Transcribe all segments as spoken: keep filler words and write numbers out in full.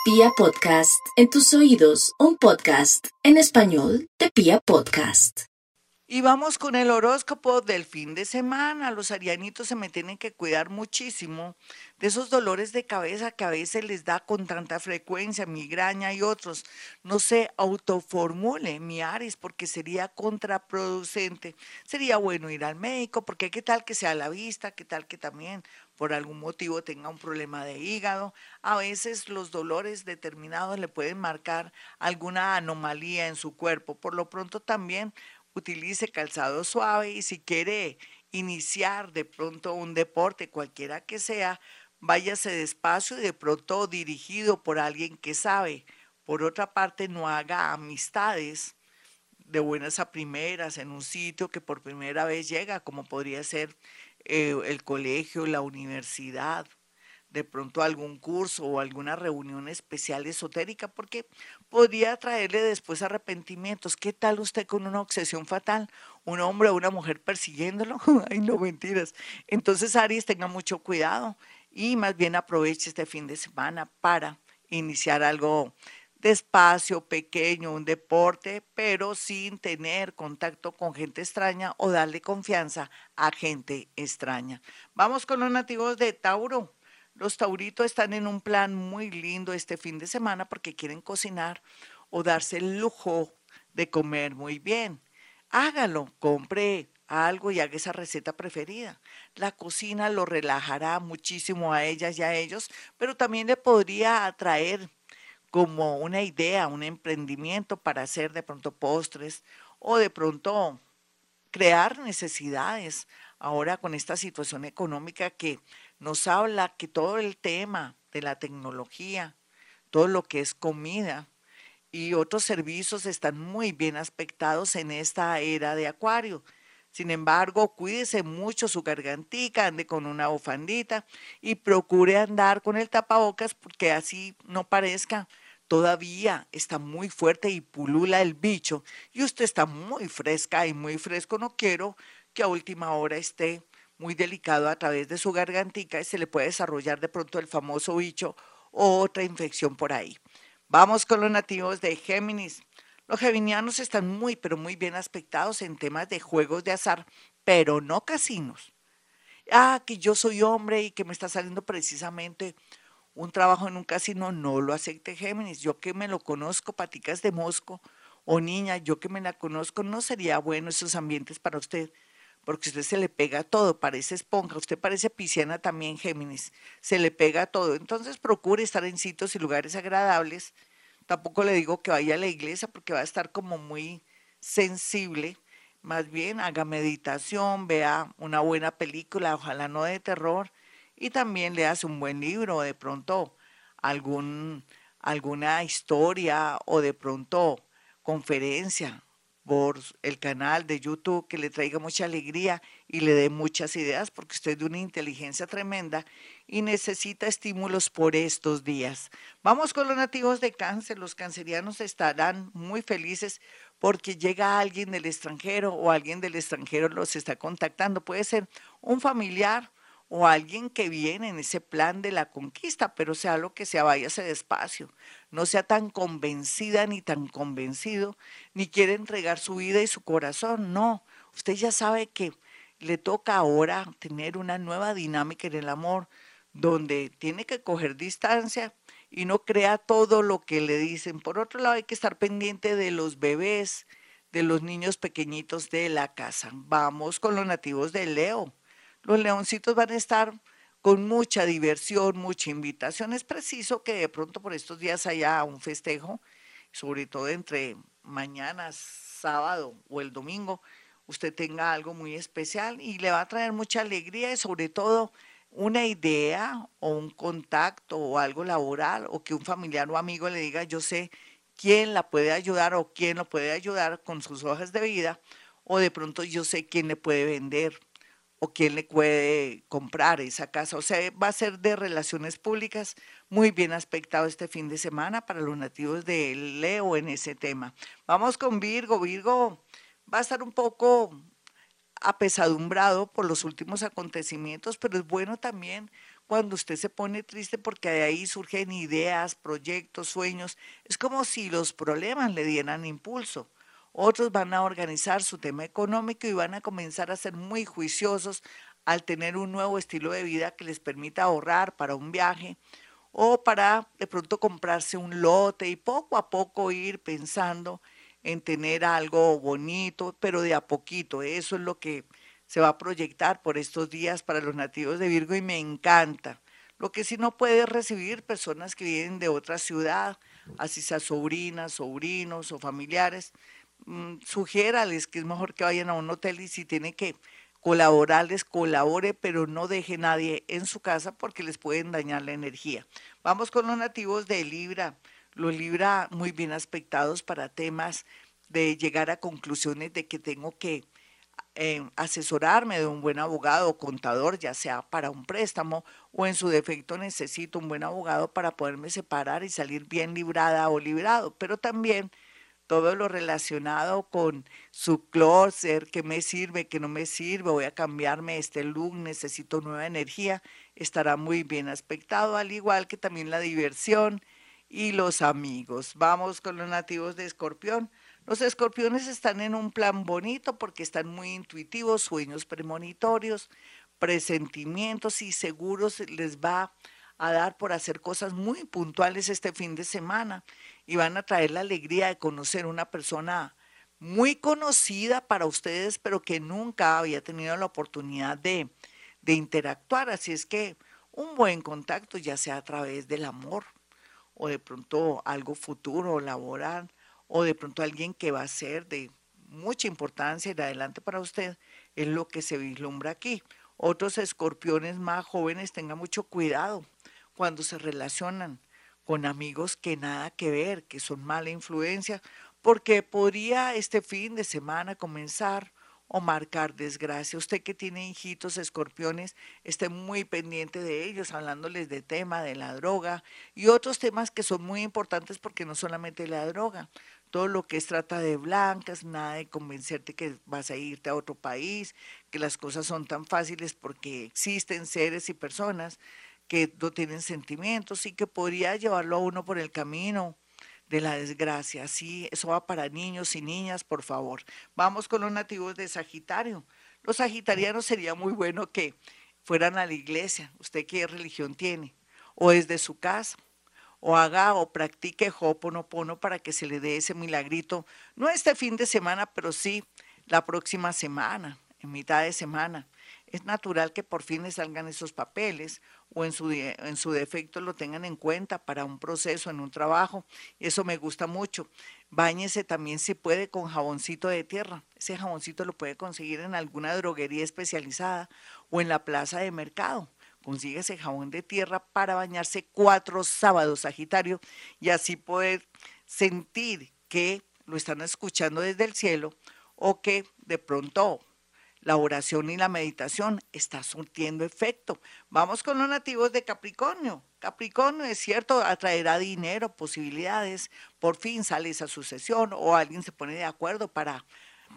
Pia Podcast, en tus oídos, un podcast en español de Pia Podcast. Y vamos con el horóscopo del fin de semana. Los arianitos se me tienen que cuidar muchísimo de esos dolores de cabeza que a veces les da con tanta frecuencia, migraña y otros. No se autoformule, mi Aries, porque sería contraproducente. Sería bueno ir al médico, porque qué tal que sea a la vista, qué tal que también por algún motivo tenga un problema de hígado. A veces los dolores determinados le pueden marcar alguna anomalía en su cuerpo. Por lo pronto también utilice calzado suave y si quiere iniciar de pronto un deporte, cualquiera que sea, váyase despacio y de pronto dirigido por alguien que sabe. Por otra parte, no haga amistades de buenas a primeras en un sitio que por primera vez llega, como podría ser eh, el colegio, la universidad, de pronto algún curso o alguna reunión especial esotérica, porque podría traerle después arrepentimientos. ¿Qué tal usted con una obsesión fatal? ¿Un hombre o una mujer persiguiéndolo? Ay, no, mentiras. Entonces, Aries, tenga mucho cuidado y más bien aproveche este fin de semana para iniciar algo despacio, pequeño, un deporte, pero sin tener contacto con gente extraña o darle confianza a gente extraña. Vamos con los nativos de Tauro. Los tauritos están en un plan muy lindo este fin de semana porque quieren cocinar o darse el lujo de comer muy bien. Hágalo, compre algo y haga esa receta preferida. La cocina lo relajará muchísimo a ellas y a ellos, pero también le podría atraer como una idea, un emprendimiento para hacer de pronto postres o de pronto crear necesidades. Ahora con esta situación económica que nos habla que todo el tema de la tecnología, todo lo que es comida y otros servicios están muy bien aspectados en esta era de Acuario. Sin embargo, cuídese mucho su gargantica, ande con una bufandita y procure andar con el tapabocas porque así no parezca. Todavía está muy fuerte y pulula el bicho y usted está muy fresca y muy fresco. No quiero que a última hora esté muy delicado a través de su gargantica y se le puede desarrollar de pronto el famoso bicho o otra infección por ahí. Vamos con los nativos de Géminis. Los geminianos están muy, pero muy bien aspectados en temas de juegos de azar, pero no casinos. Ah, que yo soy hombre y que me está saliendo precisamente un trabajo en un casino, no lo acepte Géminis. Yo que me lo conozco, paticas de mosco, o niña, yo que me la conozco, no sería bueno esos ambientes para usted, porque usted se le pega todo, parece esponja, usted parece pisciana también, Géminis, se le pega todo. Entonces procure estar en sitios y lugares agradables. Tampoco le digo que vaya a la iglesia porque va a estar como muy sensible. Más bien haga meditación, vea una buena película, ojalá no de terror, y también le hace un buen libro, de pronto algún, alguna historia o de pronto conferencia por el canal de YouTube que le traiga mucha alegría y le dé muchas ideas, porque usted es de una inteligencia tremenda y necesita estímulos por estos días. Vamos con los nativos de Cáncer. Los cancerianos estarán muy felices porque llega alguien del extranjero o alguien del extranjero los está contactando. Puede ser un familiar o alguien que viene en ese plan de la conquista, pero sea lo que sea, váyase despacio. No sea tan convencida ni tan convencido, ni quiere entregar su vida y su corazón. No, usted ya sabe que le toca ahora tener una nueva dinámica en el amor, donde tiene que coger distancia y no crea todo lo que le dicen. Por otro lado, hay que estar pendiente de los bebés, de los niños pequeñitos de la casa. Vamos con los nativos de Leo. Los leoncitos van a estar con mucha diversión, mucha invitación. Es preciso que de pronto por estos días haya un festejo, sobre todo entre mañana, sábado o el domingo, usted tenga algo muy especial y le va a traer mucha alegría y sobre todo una idea o un contacto o algo laboral o que un familiar o amigo le diga, yo sé quién la puede ayudar o quién lo puede ayudar con sus hojas de vida o de pronto yo sé quién le puede vender o quién le puede comprar esa casa. O sea, va a ser de relaciones públicas muy bien aspectado este fin de semana para los nativos de Leo en ese tema. Vamos con Virgo. Virgo va a estar un poco apesadumbrado por los últimos acontecimientos, pero es bueno también cuando usted se pone triste porque de ahí surgen ideas, proyectos, sueños. Es como si los problemas le dieran impulso. Otros van a organizar su tema económico y van a comenzar a ser muy juiciosos al tener un nuevo estilo de vida que les permita ahorrar para un viaje o para de pronto comprarse un lote y poco a poco ir pensando en tener algo bonito, pero de a poquito. Eso es lo que se va a proyectar por estos días para los nativos de Virgo y me encanta. Lo que sí no puede recibir personas que vienen de otra ciudad, así sea sobrinas, sobrinos o familiares, mm, sugiérales que es mejor que vayan a un hotel y si tiene que colaborarles, colabore, pero no deje nadie en su casa porque les pueden dañar la energía. Vamos con los nativos de Libra. Los Libra muy bien aspectados para temas de llegar a conclusiones de que tengo que eh, asesorarme de un buen abogado o contador, ya sea para un préstamo o en su defecto necesito un buen abogado para poderme separar y salir bien librada o librado, pero también todo lo relacionado con su closet, qué me sirve, qué no me sirve, voy a cambiarme este look, necesito nueva energía, estará muy bien aspectado, al igual que también la diversión y los amigos. Vamos con los nativos de Escorpión. Los escorpiones están en un plan bonito porque están muy intuitivos, sueños premonitorios, presentimientos y seguros les va a dar por hacer cosas muy puntuales este fin de semana y van a traer la alegría de conocer una persona muy conocida para ustedes, pero que nunca había tenido la oportunidad de, de interactuar. Así es que un buen contacto, ya sea a través del amor o de pronto algo futuro, laboral, o de pronto alguien que va a ser de mucha importancia y de adelante para usted, es lo que se vislumbra aquí. Otros escorpiones más jóvenes tengan mucho cuidado cuando se relacionan con amigos que nada que ver, que son mala influencia, porque podría este fin de semana comenzar o marcar desgracia. Usted que tiene hijitos escorpiones, esté muy pendiente de ellos, hablándoles de tema de la droga y otros temas que son muy importantes porque no solamente la droga, todo lo que es trata de blancas, nada de convencerte que vas a irte a otro país, que las cosas son tan fáciles porque existen seres y personas que no tienen sentimientos y que podría llevarlo a uno por el camino de la desgracia. Sí, eso va para niños y niñas, por favor. Vamos con los nativos de Sagitario. Los sagitarianos sería muy bueno que fueran a la iglesia. ¿Usted qué religión tiene? O desde su casa. O haga o practique Ho'oponopono para que se le dé ese milagrito. No este fin de semana, pero sí la próxima semana, en mitad de semana. Es natural que por fin le salgan esos papeles o en su, de- en su defecto lo tengan en cuenta para un proceso, en un trabajo. Eso me gusta mucho. Báñese también si puede con jaboncito de tierra. Ese jaboncito lo puede conseguir en alguna droguería especializada o en la plaza de mercado. Consigue ese jabón de tierra para bañarse cuatro sábados, Sagitario, y así poder sentir que lo están escuchando desde el cielo o que de pronto la oración y la meditación está surtiendo efecto. Vamos con los nativos de Capricornio. Capricornio, es cierto, atraerá dinero, posibilidades, por fin sale esa sucesión o alguien se pone de acuerdo para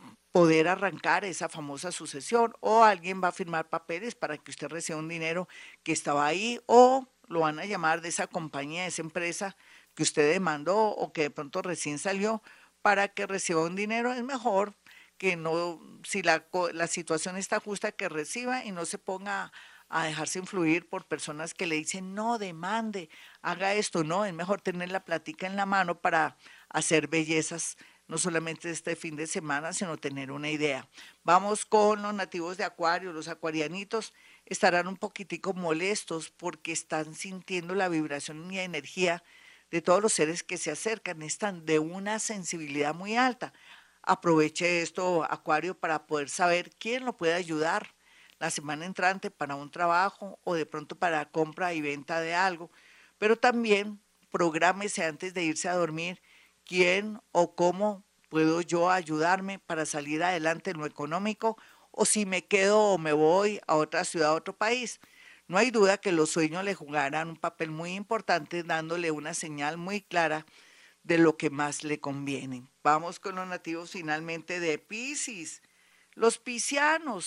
poder arrancar esa famosa sucesión o alguien va a firmar papeles para que usted reciba un dinero que estaba ahí o lo van a llamar de esa compañía, de esa empresa que usted demandó o que de pronto recién salió para que reciba un dinero. Es mejor que no, si la, la situación está justa, que reciba y no se ponga a dejarse influir por personas que le dicen, no, demande, haga esto. No, es mejor tener la plática en la mano para hacer bellezas, no solamente este fin de semana, sino tener una idea. Vamos con los nativos de Acuario. Los acuarianitos estarán un poquitico molestos porque están sintiendo la vibración y energía de todos los seres que se acercan, están de una sensibilidad muy alta. Aproveche esto, Acuario, para poder saber quién lo puede ayudar la semana entrante para un trabajo o de pronto para compra y venta de algo, pero también prográmese antes de irse a dormir quién o cómo puedo yo ayudarme para salir adelante en lo económico o si me quedo o me voy a otra ciudad, a otro país. No hay duda que los sueños le jugarán un papel muy importante dándole una señal muy clara de lo que más le conviene. Vamos con los nativos finalmente de Piscis. Los piscianos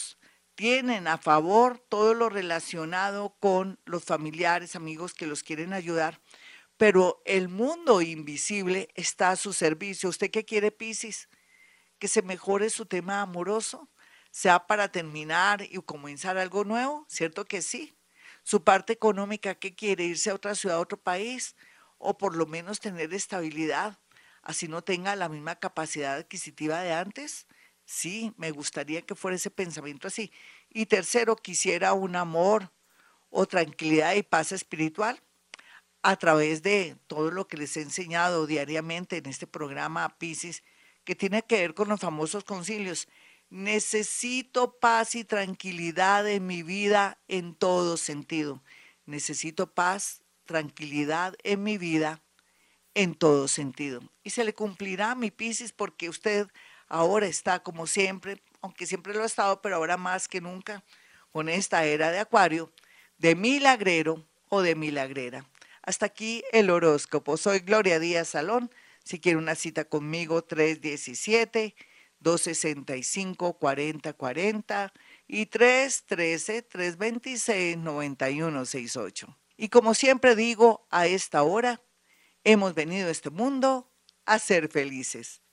tienen a favor todo lo relacionado con los familiares, amigos que los quieren ayudar, pero el mundo invisible está a su servicio. ¿Usted qué quiere, Piscis? Que se mejore su tema amoroso, sea para terminar y comenzar algo nuevo, ¿cierto que sí? Su parte económica, ¿qué quiere? ¿Irse a otra ciudad, a otro país? O por lo menos tener estabilidad, así no tenga la misma capacidad adquisitiva de antes. Sí, me gustaría que fuera ese pensamiento así. Y tercero, quisiera un amor o tranquilidad y paz espiritual a través de todo lo que les he enseñado diariamente en este programa Piscis, que tiene que ver con los famosos concilios. Necesito paz y tranquilidad en mi vida en todo sentido. Necesito paz, tranquilidad en mi vida en todo sentido. Y se le cumplirá, mi Piscis, porque usted ahora está como siempre, aunque siempre lo ha estado, pero ahora más que nunca, con esta era de Acuario, de milagrero o de milagrera. Hasta aquí el horóscopo. Soy Gloria Díaz Salón. Si quiere una cita conmigo, tres uno siete, dos seis cinco, cuatro cero cuatro cero y tres uno tres, tres dos seis, nueve uno seis ocho. Y como siempre digo, a esta hora hemos venido a este mundo a ser felices.